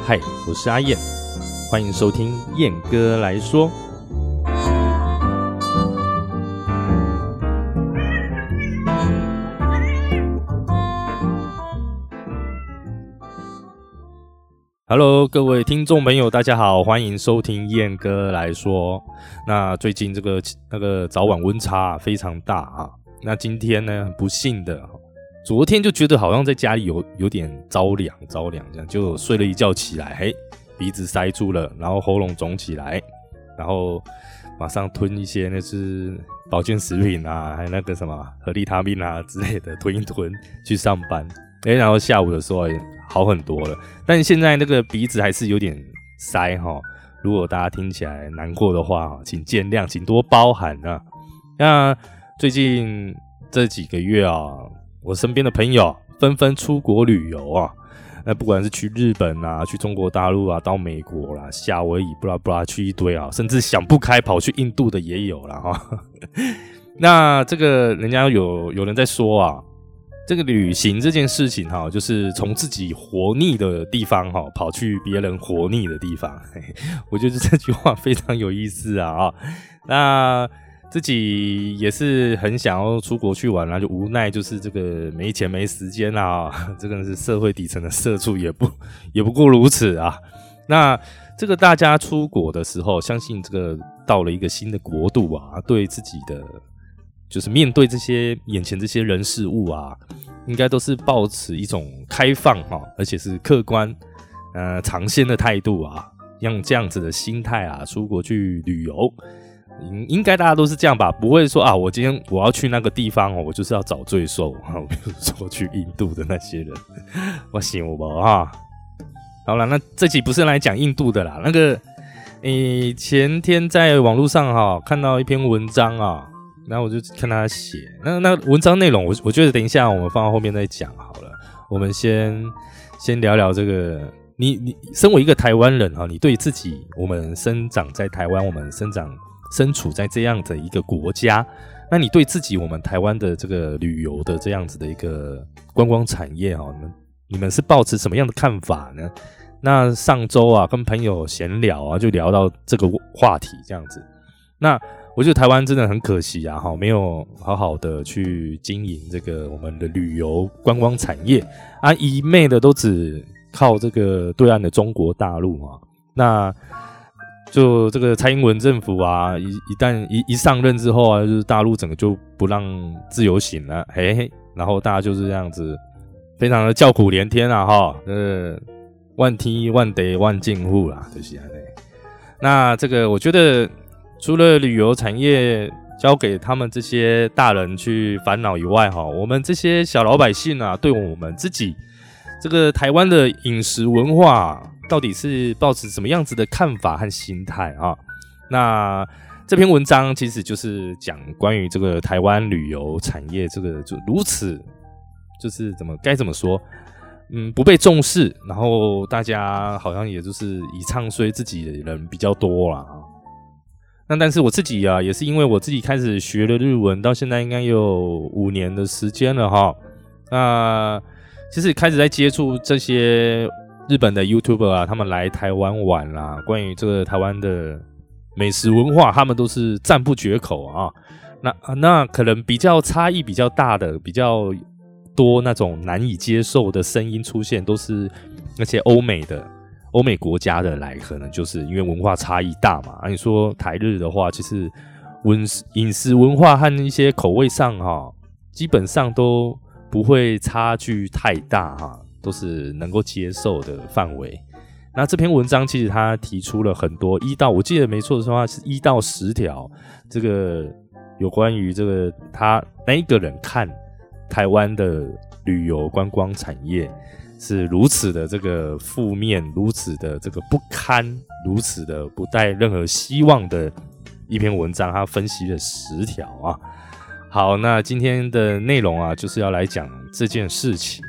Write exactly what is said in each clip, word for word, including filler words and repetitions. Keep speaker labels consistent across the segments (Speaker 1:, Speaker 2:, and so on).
Speaker 1: 嗨，我是阿燕，欢迎收听燕哥来说。Hello， 各位听众朋友，大家好，欢迎收听燕哥来说。那最近这个那个早晚温差非常大啊。那今天呢，不幸的，昨天就觉得好像在家里有有点着凉着凉，这样就睡了一觉起来，嘿，鼻子塞住了，然后喉咙肿起来，然后马上吞一些那是保健食品啊，还有那个什么合利他命啊之类的，吞一吞去上班。哎，然后下午的时候好很多了，但现在那个鼻子还是有点塞哈。如果大家听起来难过的话，请见谅，请多包涵啊。那最近这几个月啊，我身边的朋友纷纷出国旅游啊，那不管是去日本啊，去中国大陆啊，到美国啦，夏威夷布拉布拉去一堆啊，甚至想不开跑去印度的也有啦哈。那这个人家有有人在说啊。这个旅行这件事情哈，就是从自己活腻的地方哈，跑去别人活腻的地方。我觉得这句话非常有意思啊！那自己也是很想要出国去玩啦，就无奈就是这个没钱没时间啊，这个是社会底层的社畜也不也不过如此啊。那这个大家出国的时候，相信这个到了一个新的国度啊，对自己的。就是面对这些眼前这些人事物啊，应该都是抱持一种开放哈，而且是客观、呃尝鲜的态度啊，用这样子的心态啊，出国去旅游，应应该大家都是这样吧？不会说啊，我今天我要去那个地方哦，我就是要找罪受哈，比如说去印度的那些人，我想不哈。好了，那这集不是来讲印度的啦，那个诶前天在网络上哈看到一篇文章啊。然后我就看他写，那那文章内容我，我我觉得等一下我们放到后面再讲好了。我们先先聊聊这个，你你身为一个台湾人啊，你对自己，我们生长在台湾，我们生长身处在这样的一个国家，那你对自己我们台湾的这个旅游的这样子的一个观光产业啊，你们是抱持什么样的看法呢？那上周啊，跟朋友闲聊啊，就聊到这个话题这样子，那。我觉得台湾真的很可惜啊，没有好好的去经营这个我们的旅游观光产业啊，一昧的都只靠这个对岸的中国大陆啊。那就这个蔡英文政府啊，一一旦一一上任之后啊，就是大陆整个就不让自由行了，嘿嘿，然后大家就是这样子，非常的叫苦连天啊，哈，呃，万天万地万境户啦，就是这样。那这个我觉得。除了旅游产业交给他们这些大人去烦恼以外，我们这些小老百姓啊，对我们自己这个台湾的饮食文化到底是抱持什么样子的看法和心态啊？那这篇文章其实就是讲关于这个台湾旅游产业这个就如此，就是怎么该怎么说，嗯，不被重视，然后大家好像也就是以唱衰自己的人比较多啦。那但是我自己啊，也是因为我自己开始学了日文，到现在应该有五年的时间了哈。那其实开始在接触这些日本的 YouTuber 啊，他们来台湾玩啦，关于这个台湾的美食文化，他们都是赞不绝口啊。那那可能比较差异比较大的，比较多那种难以接受的声音出现，都是那些欧美的。欧美国家的来，可能就是因为文化差异大嘛。啊，你说台日的话，其实文饮食文化和一些口味上哈，基本上都不会差距太大哈，都是能够接受的范围。那这篇文章其实他提出了很多一到，我记得没错的话是一到十条，这个有关于这个他那一个人看台湾的旅游观光产业。是如此的这个负面，如此的这个不堪，如此的不带任何希望的一篇文章，他分析了十条啊。好，那今天的内容啊，就是要来讲这件事情。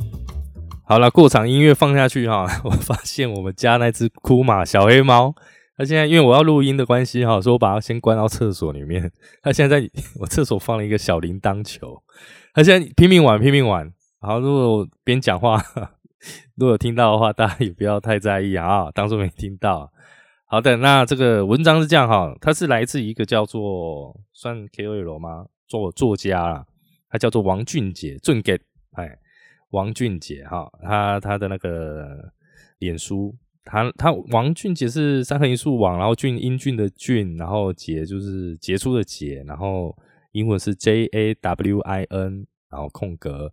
Speaker 1: 好了，过场音乐放下去哈，我发现我们家那只库玛小黑猫他现在因为我要录音的关系哈，所以我把他先关到厕所里面。他现在在我厕所放了一个小铃铛球，他现在拼命玩拼命玩。好，如果我边讲话，如果有听到的话，大家也不要太在意啊，当作没听到。好的，那这个文章是这样哈，它是来自一个叫做算 K O L 吗？作作家啦，他叫做王俊杰，俊杰，哎，王俊杰哈，他他的那个脸书。他他王俊杰是三横一竖王，然后俊英俊的俊，然后杰就是杰出的杰，然后英文是 J A W I N， 然后空格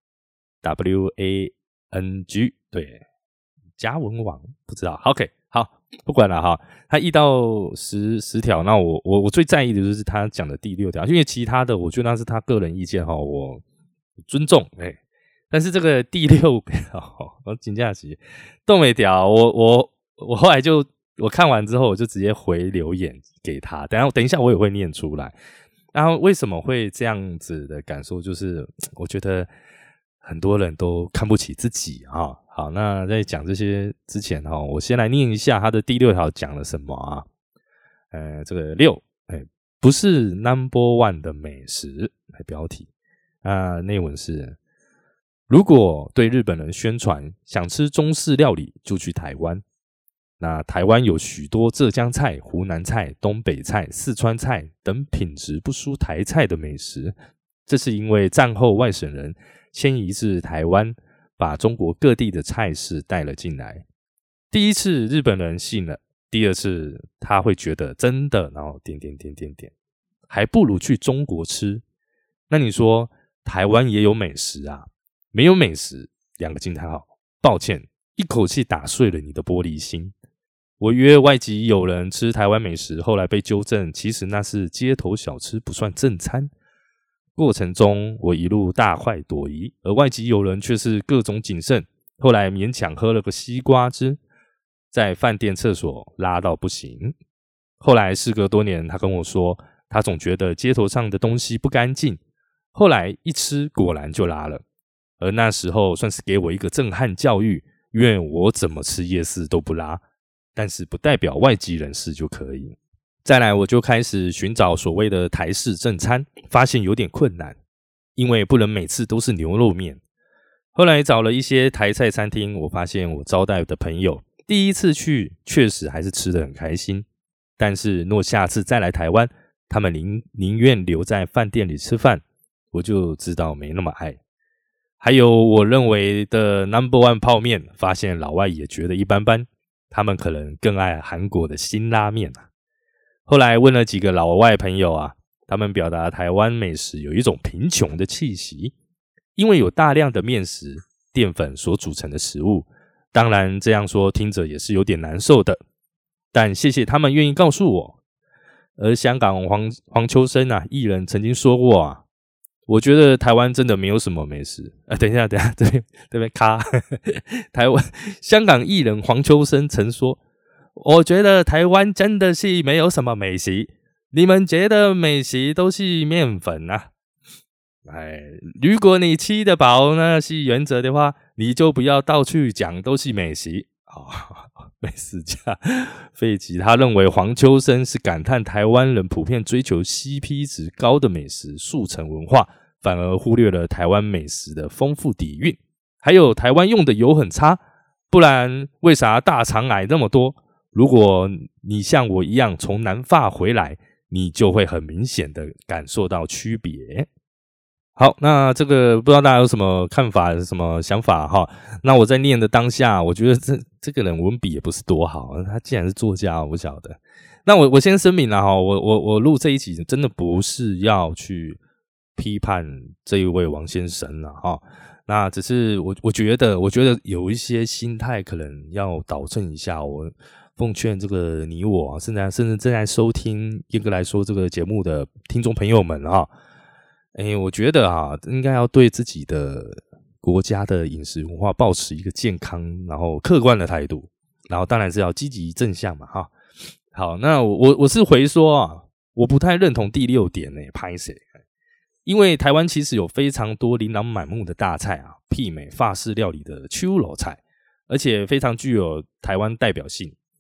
Speaker 1: W A N G， 对，嘉文王不知道 ，OK， 好，不管了哈。他一到十十条，那我我我最在意的就是他讲的第六条，因为其他的我觉得那是他个人意见哈，我尊重，哎、欸。但是这个第六条，我真的是都没掉，我我我后来就我看完之后，我就直接回留言给他。等一下等一下我也会念出来。然后为什么会这样子的感受？就是我觉得很多人都看不起自己啊。好，那在讲这些之前哈，我先来念一下他的第六条讲了什么啊？呃，这个六，哎，不是 number one 的美食，标题啊，内文是。如果对日本人宣传想吃中式料理就去台湾，那台湾有许多浙江菜、湖南菜、东北菜、四川菜等品质不输台菜的美食，这是因为战后外省人迁移至台湾，把中国各地的菜式带了进来。第一次日本人信了，第二次他会觉得真的，然后点点点点点，还不如去中国吃。那你说台湾也有美食啊？没有美食，两个惊叹号。抱歉，一口气打碎了你的玻璃心。我约外籍友人吃台湾美食，后来被纠正，其实那是街头小吃，不算正餐。过程中我一路大快朵颐，而外籍友人却是各种谨慎，后来勉强喝了个西瓜汁，在饭店厕所拉到不行。后来事隔多年，他跟我说，他总觉得街头上的东西不干净，后来一吃果然就拉了。而那时候算是给我一个震撼教育，因为我怎么吃夜市都不拉，但是不代表外籍人士就可以。再来我就开始寻找所谓的台式正餐，发现有点困难，因为不能每次都是牛肉面。后来找了一些台菜餐厅，我发现我招待的朋友第一次去确实还是吃得很开心，但是若下次再来台湾，他们宁宁愿留在饭店里吃饭，我就知道没那么爱。还有我认为的 number one 泡面，发现老外也觉得一般般，他们可能更爱韩国的辛拉面啊。后来问了几个老外朋友啊，他们表达台湾美食有一种贫穷的气息，因为有大量的面食、淀粉所组成的食物。当然这样说听着也是有点难受的，但谢谢他们愿意告诉我。而香港黄黄秋生啊艺人曾经说过啊，我觉得台湾真的没有什么美食。啊，等一下，等一下，这边这边卡。台湾香港艺人黄秋生曾说：“我觉得台湾真的是没有什么美食，你们觉得美食都是面粉啊。哎，如果你吃得饱那是原则的话，你就不要到处讲都是美食。”哦，美食家费吉他认为黄秋生是感叹台湾人普遍追求 C P 值高的美食速成文化，反而忽略了台湾美食的丰富底蕴，还有台湾用的油很差，不然为啥大肠癌那么多？如果你像我一样从南法回来，你就会很明显的感受到区别。好，那这个不知道大家有什么看法、什么想法哈？那我在念的当下，我觉得这这个人文笔也不是多好，他竟然是作家，我不晓得。那我我先声明啦哈，我我我录这一集真的不是要去批判这一位王先生啦哈，那只是我我觉得我觉得有一些心态可能要导正一下。我奉劝这个你我，甚至甚至正在收听严格来说这个节目的听众朋友们哈。诶，我觉得啊，应该要对自己的国家的饮食文化抱持一个健康然后客观的态度，然后当然是要积极正向嘛哈。好，那我我是回说啊，我不太认同第六点诶，拍谁？因为台湾其实有非常多琳琅满目的大菜啊，媲美法式料理的秋楼菜，而且非常具有台湾代表性。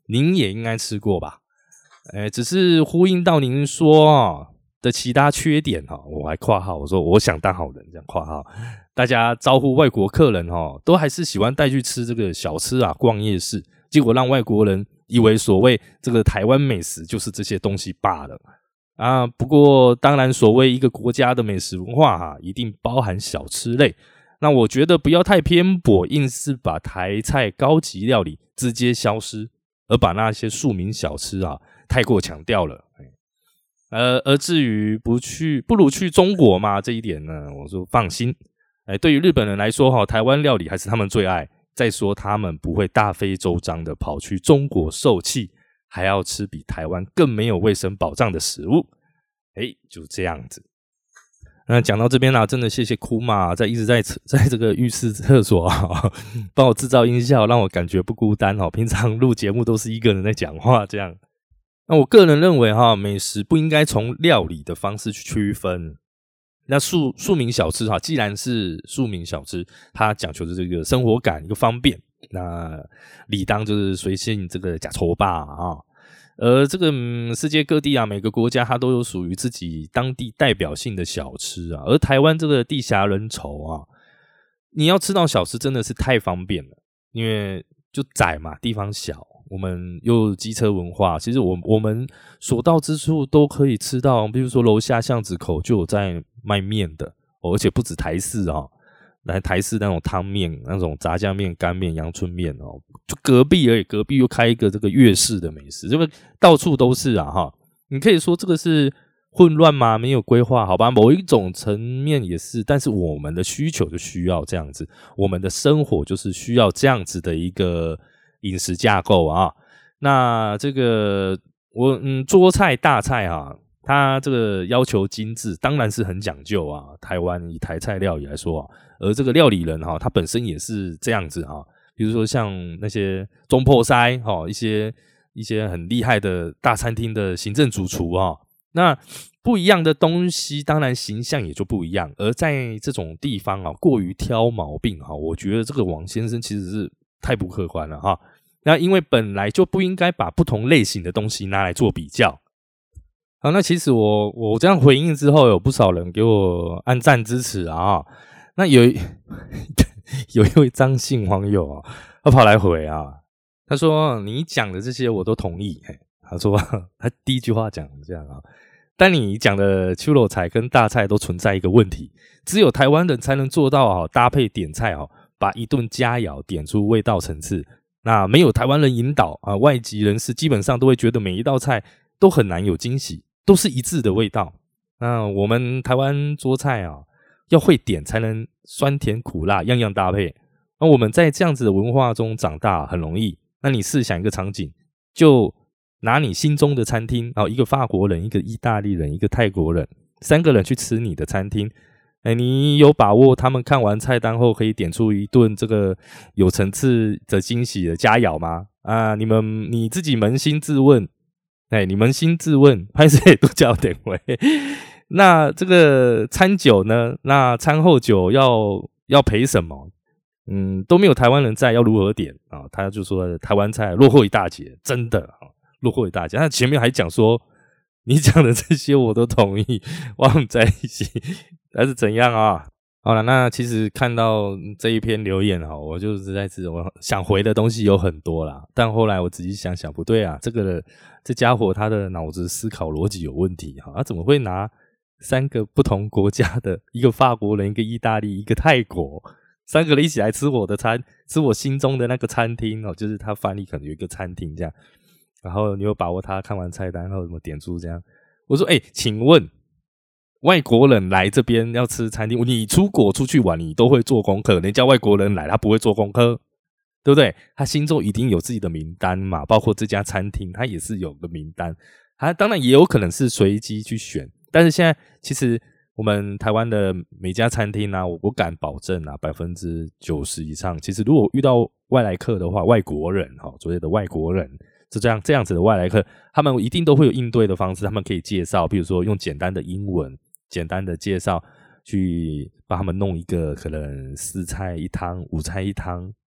Speaker 1: 您也应该吃过吧？诶，只是呼应到您说哦的其他缺点哈，我还括号我说我想当好人这样括号，大家招呼外国客人哈，都还是喜欢带去吃这个小吃啊，逛夜市，结果让外国人以为所谓这个台湾美食就是这些东西罢了啊。不过当然，所谓一个国家的美食文化哈，一定包含小吃类。那我觉得不要太偏颇，硬是把台菜高级料理直接消失，而把那些庶民小吃啊太过强调了。呃，而至于不去，不如去中国嘛，这一点呢，我说放心。哎，对于日本人来说哈，台湾料理还是他们最爱。再说他们不会大费周章的跑去中国受气，还要吃比台湾更没有卫生保障的食物。哎，就这样子。那讲到这边啊，真的谢谢哭嘛，在一直在在这个浴室厕所啊，帮我制造音效，让我感觉不孤单哦。平常录节目都是一个人在讲话这样。那我个人认为哈，美食不应该从料理的方式去区分。那庶庶民小吃哈，既然是庶民小吃，它讲求的这个生活感，一个方便，那理当就是随性这个假抽霸啊。而这个、嗯、世界各地啊，每个国家它都有属于自己当地代表性的小吃啊。而台湾这个地狭人稠啊，你要吃到小吃真的是太方便了，因为就窄嘛，地方小。我们又机车文化，其实我我们所到之处都可以吃到，比如说楼下巷子口就有在卖面的，哦、而且不止台式哦，来台式那种汤面、那种炸酱面、干面、阳春面哦，就隔壁而已，隔壁又开一个这个粤式的美食，这个到处都是啊哈。你可以说这个是混乱吗？没有规划，好吧？某一种层面也是，但是我们的需求就需要这样子，我们的生活就是需要这样子的一个饮食架构啊。那这个我嗯桌菜大菜啊，它这个要求精致，当然是很讲究啊。台湾以台菜料理来说啊，而这个料理人哈、啊，他本身也是这样子啊。比如说像那些中破塞哈、啊，一些一些很厉害的大餐厅的行政主厨啊，那不一样的东西，当然形象也就不一样。而在这种地方啊，过于挑毛病哈、啊，我觉得这个王先生其实是太不客观了哈。那因为本来就不应该把不同类型的东西拿来做比较。好，那其实我我这样回应之后，有不少人给我按赞支持啊。那有有一位张姓网友啊，他跑来回啊，他说你讲的这些我都同意。他说他第一句话讲这样啊，但你讲的秋肉菜跟大菜都存在一个问题，只有台湾人才能做到啊，搭配点菜啊，把一顿佳肴点出味道层次。那没有台湾人引导啊，外籍人士基本上都会觉得每一道菜都很难有惊喜，都是一致的味道。那我们台湾桌菜啊，要会点才能酸甜苦辣样样搭配。那我们在这样子的文化中长大很容易。那你试想一个场景，就拿你心中的餐厅啊，一个法国人、一个意大利人、一个泰国人，三个人去吃你的餐厅。哎，你有把握他们看完菜单后可以点出一顿这个有层次的惊喜的佳肴吗？啊，你们你自己扪心自问，哎，你扪心自问，拍摄都叫点位。那这个餐酒呢？那餐后酒要要陪什么？嗯，都没有台湾人在，要如何点啊？他就说台湾菜落后一大截，真的啊，落后一大截。他前面还讲说，你讲的这些我都同意，忘在一起。还是怎样啊？好了，那其实看到这一篇留言哈，我就实在是我想回的东西有很多啦，但后来我仔细想想，不对啊，这个这家伙他的脑子思考逻辑有问题哈，他怎么会拿三个不同国家的，一个法国人，一个意大利，一个泰国，三个人一起来吃我的餐，吃我心中的那个餐厅哦，就是他翻译可能有一个餐厅这样，然后你有把握他看完菜单后怎么点出这样？我说，哎、欸，请问。外国人来这边要吃餐厅，你出国出去玩，你都会做功课。人家外国人来，他不会做功课，对不对？他心中一定有自己的名单嘛，包括这家餐厅，他也是有个名单。他当然也有可能是随机去选，但是现在其实我们台湾的每家餐厅啊，我我敢保证啊，百分之九十以上，其实如果遇到外来客的话，外国人哈，所谓的外国人。就这样这样子的外来客，他们一定都会有应对的方式，他们可以介绍，比如说用简单的英文。简单的介绍，去帮他们弄一个可能四菜一汤、五菜一汤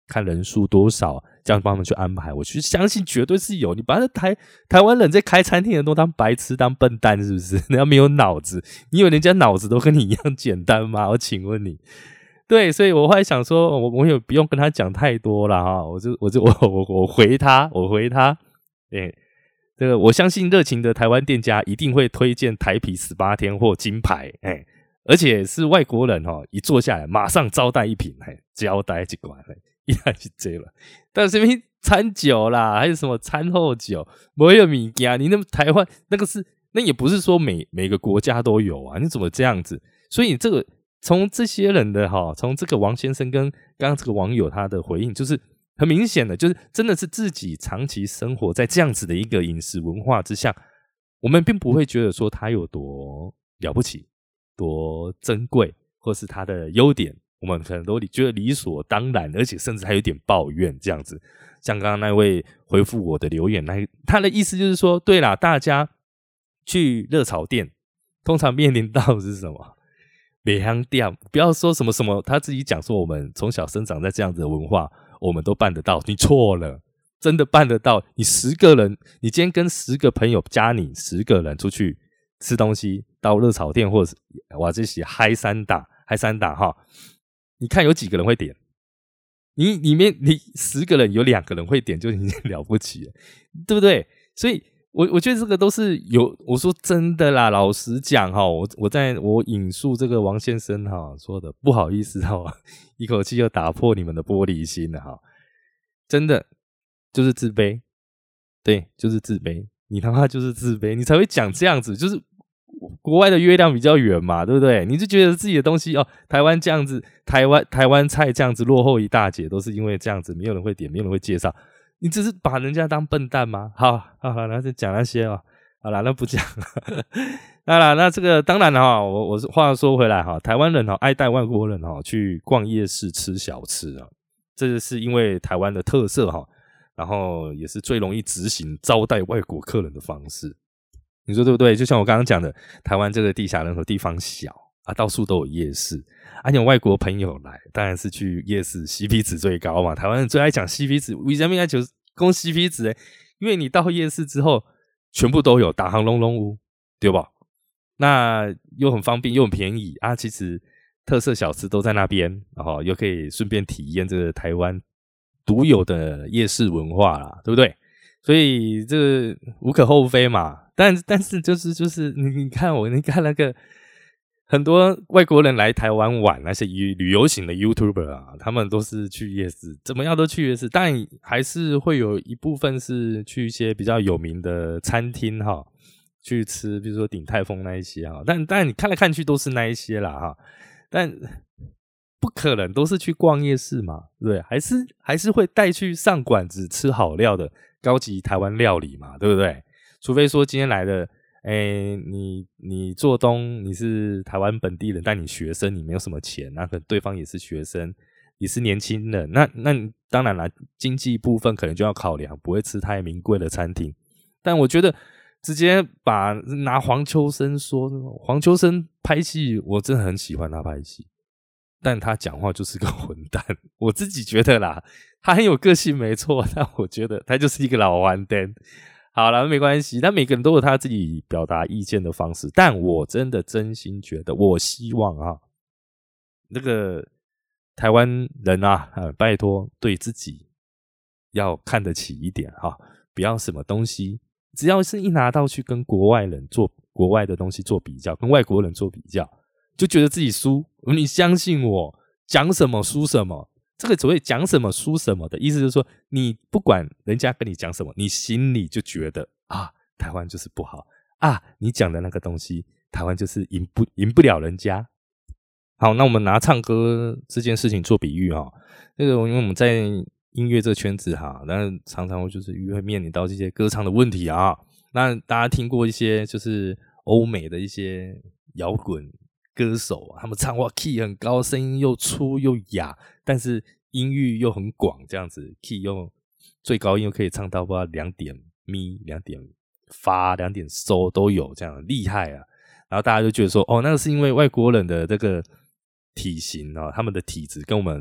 Speaker 1: 看人数多少，这样帮他们去安排。我去相信绝对是有。你把台台湾人在开餐厅的都当白痴当笨蛋是不是？人家没有脑子，你以为人家脑子都跟你一样简单吗？我请问你。对，所以我后来想说，我我也不用跟他讲太多了哈，我就我就我我我回他，我回他，对，这个我相信热情的台湾店家一定会推荐台啤十八天或金牌，哎，而且是外国人哈，一坐下来马上招待一瓶，哎，交代一罐，一来就这了。但是什么餐酒啦，还有什么餐后酒，没有物件，你那台湾那个是，那也不是说每每个国家都有啊，你怎么这样子？所以这个。从这些人的哈，从这个王先生跟刚刚这个网友他的回应，就是很明显的，就是真的是自己长期生活在这样子的一个饮食文化之下，我们并不会觉得说他有多了不起、多珍贵，或是他的优点，我们可能都觉得理所当然，而且甚至还有点抱怨这样子。像刚刚那位回复我的留言，那他的意思就是说，对啦，大家去热炒店，通常面临到的是什么？别香店，不要说什么什么，他自己讲说我们从小生长在这样子的文化，我们都办得到。你错了，真的办得到。你十个人，你今天跟十个朋友加你十个人出去吃东西，到热炒店或者哇这些嗨三打嗨三打哈，你看有几个人会点？你里面你十个人有两个人会点，就已经了不起了，对不对？所以。我我觉得这个都是有，我说真的啦，老实讲哈，我我在我引述这个王先生哈说的，不好意思哈，一口气就打破你们的玻璃心了哈，真的就是自卑，对，就是自卑，你他妈就是自卑，你才会讲这样子，就是国外的月亮比较圆嘛，对不对？你就觉得自己的东西哦，台湾这样子，台湾台湾菜这样子落后一大截，都是因为这样子，没有人会点，没有人会介绍。你只是把人家当笨蛋吗？好，好好，那就讲那些哦。好啦，那不讲了。那啦，那这个当然哈，我我话说回来哈，台湾人哈爱带外国人哈去逛夜市吃小吃啊，这是因为台湾的特色哈，然后也是最容易执行招待外国客人的方式。你说对不对？就像我刚刚讲的，台湾这个地狭人和地方小啊，到处都有夜市。而且外国朋友来，当然是去夜市 C P 值最高嘛。台湾人最爱讲 C P 值，为什么要讲 C P 值欸？因为你到夜市之后，全部都有打行龙龙屋，对吧？那又很方便，又很便宜啊。其实特色小吃都在那边，然后又可以顺便体验这个台湾独有的夜市文化啦，对不对？所以这个无可厚非嘛。但但是就是就是你你看我，你看那个。很多外国人来台湾玩，那些旅游型的 YouTuber 啊，他们都是去夜市，怎么样都去夜市，但还是会有一部分是去一些比较有名的餐厅哈，去吃，比如说鼎泰丰那一些哈，但但你看来看去都是那一些啦哈，但不可能都是去逛夜市嘛，对不对？还是还是会带去上馆子吃好料的高级台湾料理嘛，对不对？除非说今天来的。哎，你你做东你是台湾本地人，但你学生你没有什么钱，那可能对方也是学生，你是年轻人，那那当然啦，经济部分可能就要考量，不会吃太名贵的餐厅。但我觉得直接把拿黄秋生说，黄秋生拍戏，我真的很喜欢他拍戏，但他讲话就是个混蛋，我自己觉得啦，他很有个性没错，但我觉得他就是一个老顽蛋。好了，没关系，但每个人都有他自己表达意见的方式。但我真的真心觉得，我希望啊，那个台湾人啊，啊拜托对自己要看得起一点哈，不要什么东西，只要是一拿到去跟国外人做国外的东西做比较，跟外国人做比较，就觉得自己输。你相信我，讲什么输什么。这个所谓讲什么输什么的意思就是说，你不管人家跟你讲什么，你心里就觉得啊，台湾就是不好啊，你讲的那个东西，台湾就是赢不赢不了人家。好，那我们拿唱歌这件事情做比喻哈，这个因为我们在音乐这个圈子哈，那常常就是会面临到这些歌唱的问题啊。那大家听过一些就是欧美的一些摇滚歌手啊，他们唱话 key 很高，声音又粗又哑，但是音域又很广，这样子 key 又最高音又可以唱到不知道两点咪、两点发、两点收都有，这样厉害啊！然后大家就觉得说，哦，那个是因为外国人的这个体型啊，他们的体质跟我们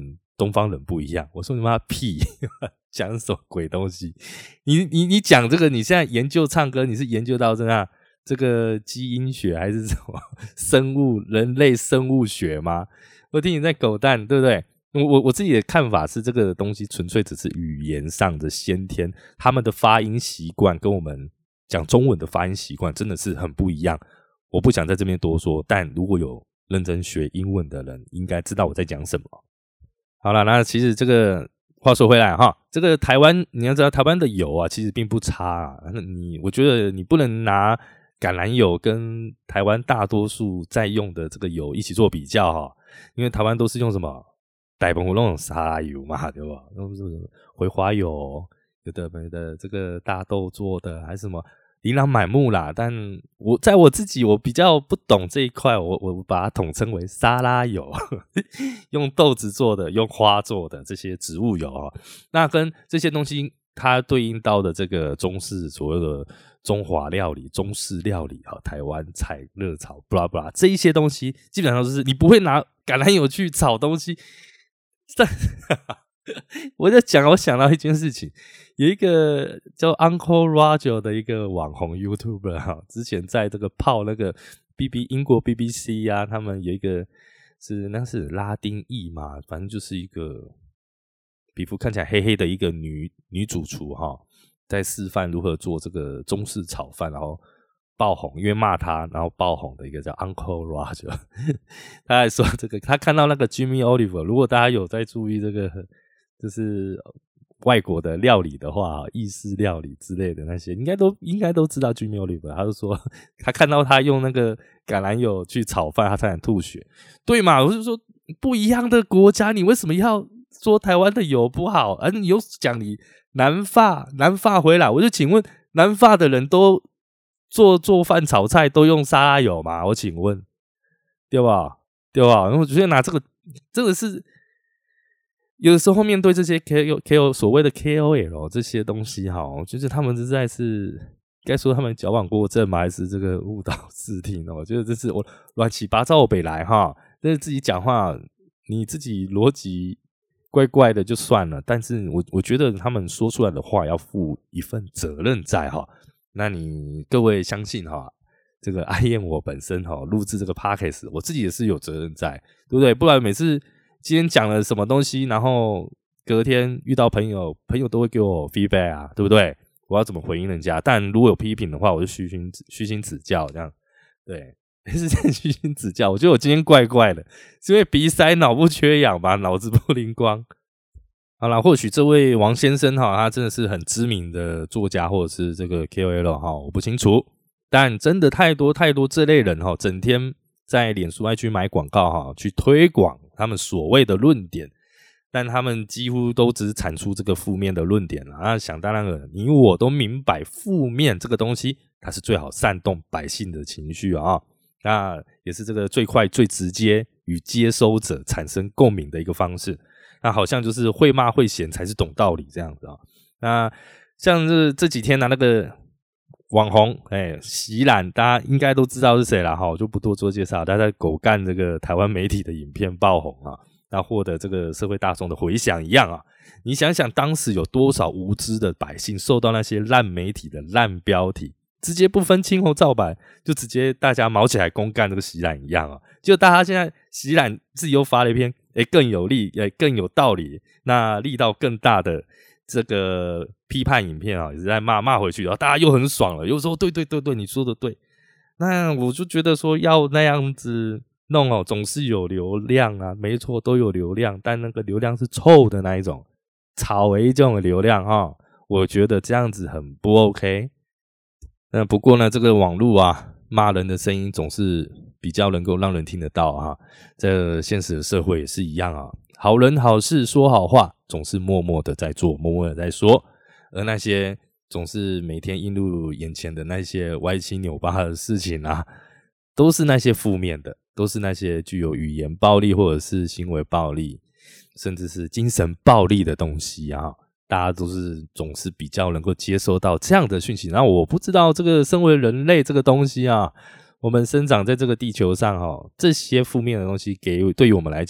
Speaker 1: 东方人不一样。我说你妈屁，讲什么鬼东西？你你你讲这个，你现在研究唱歌，你是研究到这样这个基因学还是什么生物人类生物学吗？我听你在狗蛋，对不对？我我自己的看法是，这个东西纯粹只是语言上的先天，他们的发音习惯跟我们讲中文的发音习惯真的是很不一样。我不想在这边多说，但如果有认真学英文的人，应该知道我在讲什么。好啦，那其实这个话说回来哈，这个台湾你要知道，台湾的油啊，其实并不差啊。你我觉得你不能拿橄榄油跟台湾大多数在用的这个油一起做比较哈，因为台湾都是用什么？大部分那种沙拉油嘛，对吧？那种葵花油，有的没的，这个大豆做的，还是什么琳琅满目啦。但我在我自己，我比较不懂这一块，我我把它统称为沙拉油，用豆子做的，用花做的这些植物油哦。那跟这些东西，它对应到的这个中式所谓的中华料理、中式料理啊，台湾菜、热炒，布拉布拉这一些东西，基本上就是你不会拿橄榄油去炒东西。但我在讲，我想到一件事情，有一个叫 Uncle Roger 的一个网红 YouTuber 哈，之前在这个泡那个 B B 英国 B B C 啊，他们有一个是那是拉丁裔嘛，反正就是一个皮肤看起来黑黑的一个女女主厨哈，在示范如何做这个中式炒饭，然后爆红，因为骂他然后爆红的一个叫 Uncle Roger 他还说这个他看到那个 Jimmy Oliver， 如果大家有在注意这个就是外国的料理的话，意式料理之类的那些应该都应该都知道 Jimmy Oliver， 他就说他看到他用那个橄榄油去炒饭他差点吐血。对嘛，我就说不一样的国家你为什么要说台湾的油不好，而你又讲你南法南法回来，我就请问南法的人都做做饭炒菜都用沙拉油吗？我请问，对吧？对吧？我觉得拿这个真的是有的时候面对这些 K O K O 所谓的 K O L 这些东西哈，就是他们实在是该说他们矫枉过正吗？还是这个误导视听哦？我觉得这是我乱七八糟北来哈，但是自己讲话你自己逻辑怪怪的就算了，但是我我觉得他们说出来的话要负一份责任在哈。那你各位相信哈，这个阿燕我本身哈录制这个 podcast， 我自己也是有责任在，对不对？不然每次今天讲了什么东西，然后隔天遇到朋友，朋友都会给我 feedback 啊，对不对？我要怎么回应人家？但如果有批评的话，我就虚心虚心指教，这样对，是这样虚心指教。我觉得我今天怪怪的，是因为鼻塞、脑部缺氧吧，脑子不灵光。好啦，或许这位王先生哈，他真的是很知名的作家或者是这个 K O L 哈，我不清楚。但真的太多太多这类人哈，整天在脸书 I G 买广告哈，去推广他们所谓的论点，但他们几乎都只是产出这个负面的论点啦。那想当然了，你我都明白负面这个东西，它是最好煽动百姓的情绪啊，那也是这个最快最直接与接收者产生共鸣的一个方式。那好像就是会骂会嫌才是懂道理这样子啊。那像这这几天呢、啊，那个网红哎席兰，大家应该都知道是谁啦哈，我就不多做介绍。他在狗干这个台湾媒体的影片爆红啊，那获得这个社会大众的回响一样啊。你想想当时有多少无知的百姓受到那些烂媒体的烂标题，直接不分青红皂白，就直接大家毛起来公干这个席兰一样啊。就大家现在席兰自己又发了一篇诶更有力诶更有道理，那力道更大的这个批判影片啊，也是在骂骂回去，然后大家又很爽了，又说对对对对你说的对。那我就觉得说要那样子弄哦，总是有流量啊，没错都有流量，但那个流量是臭的那一种，草为这种流量哈，我觉得这样子很不 OK。那不过呢，这个网络啊，骂人的声音总是比较能够让人听得到啊，这现实的社会也是一样啊，好人好事说好话，总是默默的在做，默默的在说，而那些总是每天映入眼前的那些歪七扭八的事情啊，都是那些负面的，都是那些具有语言暴力或者是行为暴力，甚至是精神暴力的东西啊。大家都是总是比较能够接收到这样的讯息，然后我不知道这个身为人类这个东西啊，我们生长在这个地球上哈，这些负面的东西给对于我们来讲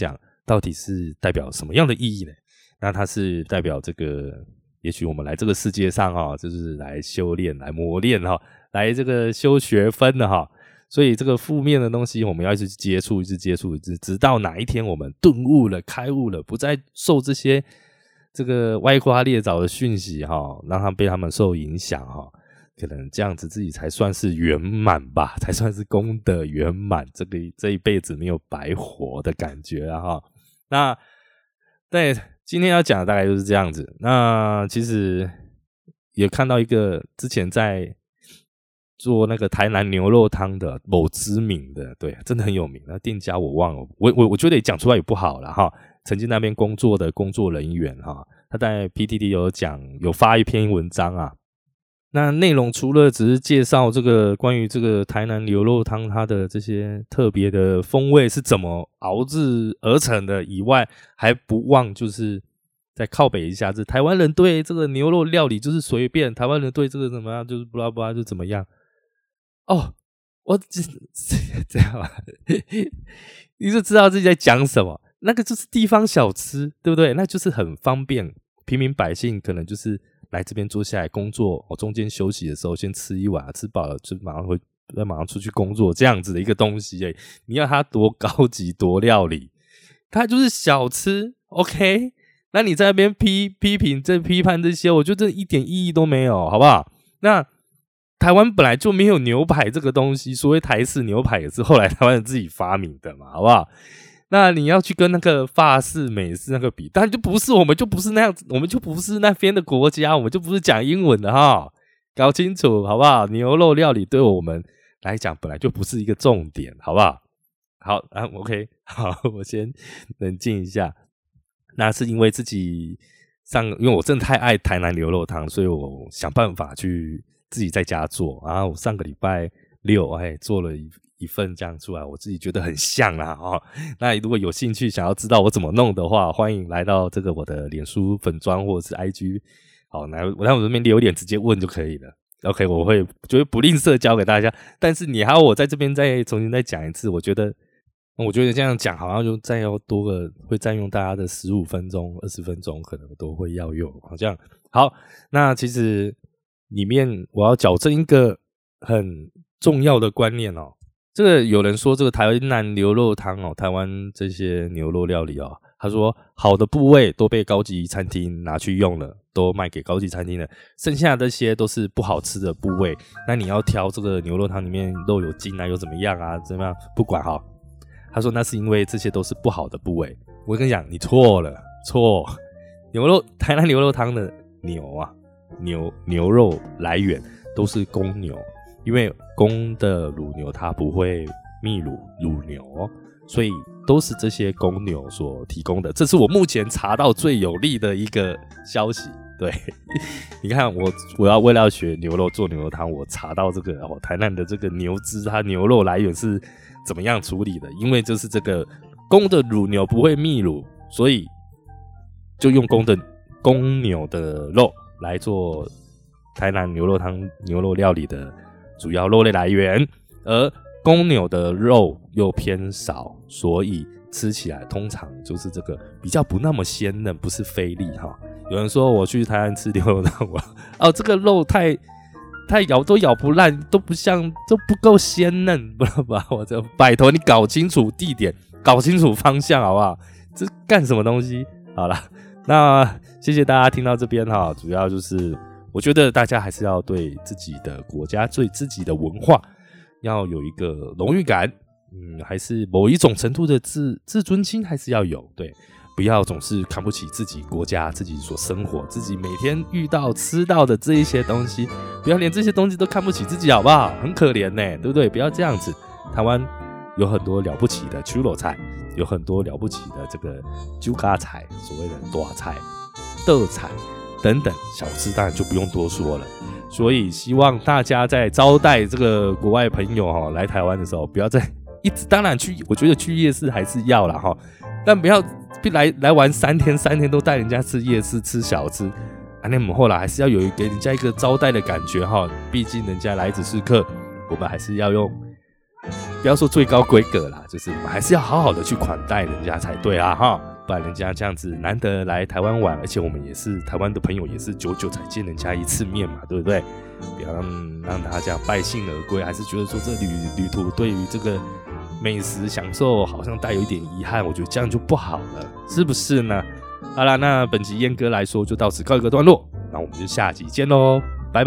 Speaker 1: 到底是代表什么样的意义呢？那它是代表这个，也许我们来这个世界上哈，就是来修炼、来磨练哈，来这个修学分的哈。所以这个负面的东西，我们要一直接触，一直接触，直直到哪一天我们顿悟了、开悟了，不再受这些这个歪瓜裂枣的讯息哈，让他被他们受影响哈。可能这样子自己才算是圆满吧，才算是功德圆满，这个这一辈子没有白活的感觉啊哈。那对今天要讲的大概就是这样子。那其实也看到一个之前在做那个台南牛肉汤的某知名的，对，真的很有名，那店家我忘了，我我我觉得也讲出来也不好啦哈。曾经那边工作的工作人员哈，他在 P T T 有讲，有发一篇文章啊。那内容除了只是介绍这个关于这个台南牛肉汤它的这些特别的风味是怎么熬制而成的以外，还不忘就是再靠北一下，这台湾人对这个牛肉料理就是随便，台湾人对这个怎么样就是不拉不拉就怎么样。哦，我这这样啊，你就知道自己在讲什么。那个就是地方小吃，对不对？那就是很方便，平民百姓可能就是来这边坐下来工作，我、哦、中间休息的时候先吃一碗，吃饱了就马上会马上出去工作，这样子的一个东西诶。你要它多高级多料理，它就是小吃 ，OK？ 那你在那边批批评这批判这些，我觉得这一点意义都没有，好不好？那台湾本来就没有牛排这个东西，所谓台式牛排也是后来台湾人自己发明的嘛，好不好？那你要去跟那个法式、美式那个比，当然就不是，我们就不是那样子，我们就不是那边的国家，我们就不是讲英文的哈，搞清楚好不好？牛肉料理对我们来讲本来就不是一个重点，好不好？好啊 ，OK， 好，我先冷静一下。那是因为自己上，因为我真的太爱台南牛肉汤，所以我想办法去自己在家做。然后我上个礼拜六，哎，做了一。一份这样出来，我自己觉得很像啦哦。那如果有兴趣想要知道我怎么弄的话，欢迎来到这个我的脸书粉专或者是 I G， 好，来我在我这边留言直接问就可以了。OK， 我会觉得不吝啬教给大家，但是你还要我在这边再重新再讲一次，我觉得我觉得这样讲好像就再要多个会占用大家的十五分钟、二十分钟，可能都会要用。好，这样好。那其实里面我要矫正一个很重要的观念哦。这个有人说这个台南牛肉汤哦，台湾这些牛肉料理哦，他说好的部位都被高级餐厅拿去用了，都卖给高级餐厅了，剩下的这些都是不好吃的部位。那你要挑这个牛肉汤里面肉有筋啊，又怎么样啊，怎么样？不管哈。他说那是因为这些都是不好的部位。我跟你讲，你错了，错。牛肉台南牛肉汤的牛啊，牛牛肉来源都是公牛。因为公的乳牛它不会泌乳乳牛，所以都是这些公牛所提供的。这是我目前查到最有利的一个消息。对，你看我我要为了要学牛肉做牛肉汤，我查到这个哦，台南的这个牛脂它牛肉来源是怎么样处理的？因为就是这个公的乳牛不会泌乳，所以就用公的公牛的肉来做台南牛肉汤牛肉料理的主要肉类来源，而公牛的肉又偏少，所以吃起来通常就是这个比较不那么鲜嫩，不是菲力哈。有人说我去台南吃牛肉汤，我哦这个肉太太咬都咬不烂，都不像都不够鲜嫩，不知道吧？我这拜托你搞清楚地点，搞清楚方向好不好？这干什么东西？好啦，那谢谢大家听到这边哈，主要就是。我觉得大家还是要对自己的国家、对自己的文化要有一个荣誉感，嗯，还是某一种程度的自自尊心还是要有，对，不要总是看不起自己国家、自己所生活、自己每天遇到吃到的这一些东西，不要连这些东西都看不起自己，好不好？很可怜呢、欸，对不对？不要这样子。台湾有很多了不起的曲肉菜，有很多了不起的这个酒家菜，所谓的大菜、德菜。等等小吃当然就不用多说了，所以希望大家在招待这个国外朋友哈来台湾的时候，不要再一直当然去，我觉得去夜市还是要啦哈，但不要来来玩三天三天都带人家吃夜市吃小吃，啊，那我们后来还是要有给人家一个招待的感觉哈，毕竟人家来只是客，我们还是要用不要说最高规格啦，就是我们还是要好好的去款待人家才对啊哈，不然人家这样子难得来台湾玩，而且我们也是台湾的朋友，也是久久才见人家一次面嘛，对不对？不要让让他这样败兴而归，还是觉得说这旅旅途对于这个美食享受好像带有一点遗憾，我觉得这样就不好了，是不是呢？好啦，那本集燕哥来说就到此告一个段落，那我们就下集见喽，拜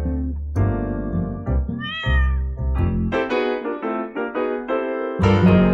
Speaker 1: 拜。Thank you.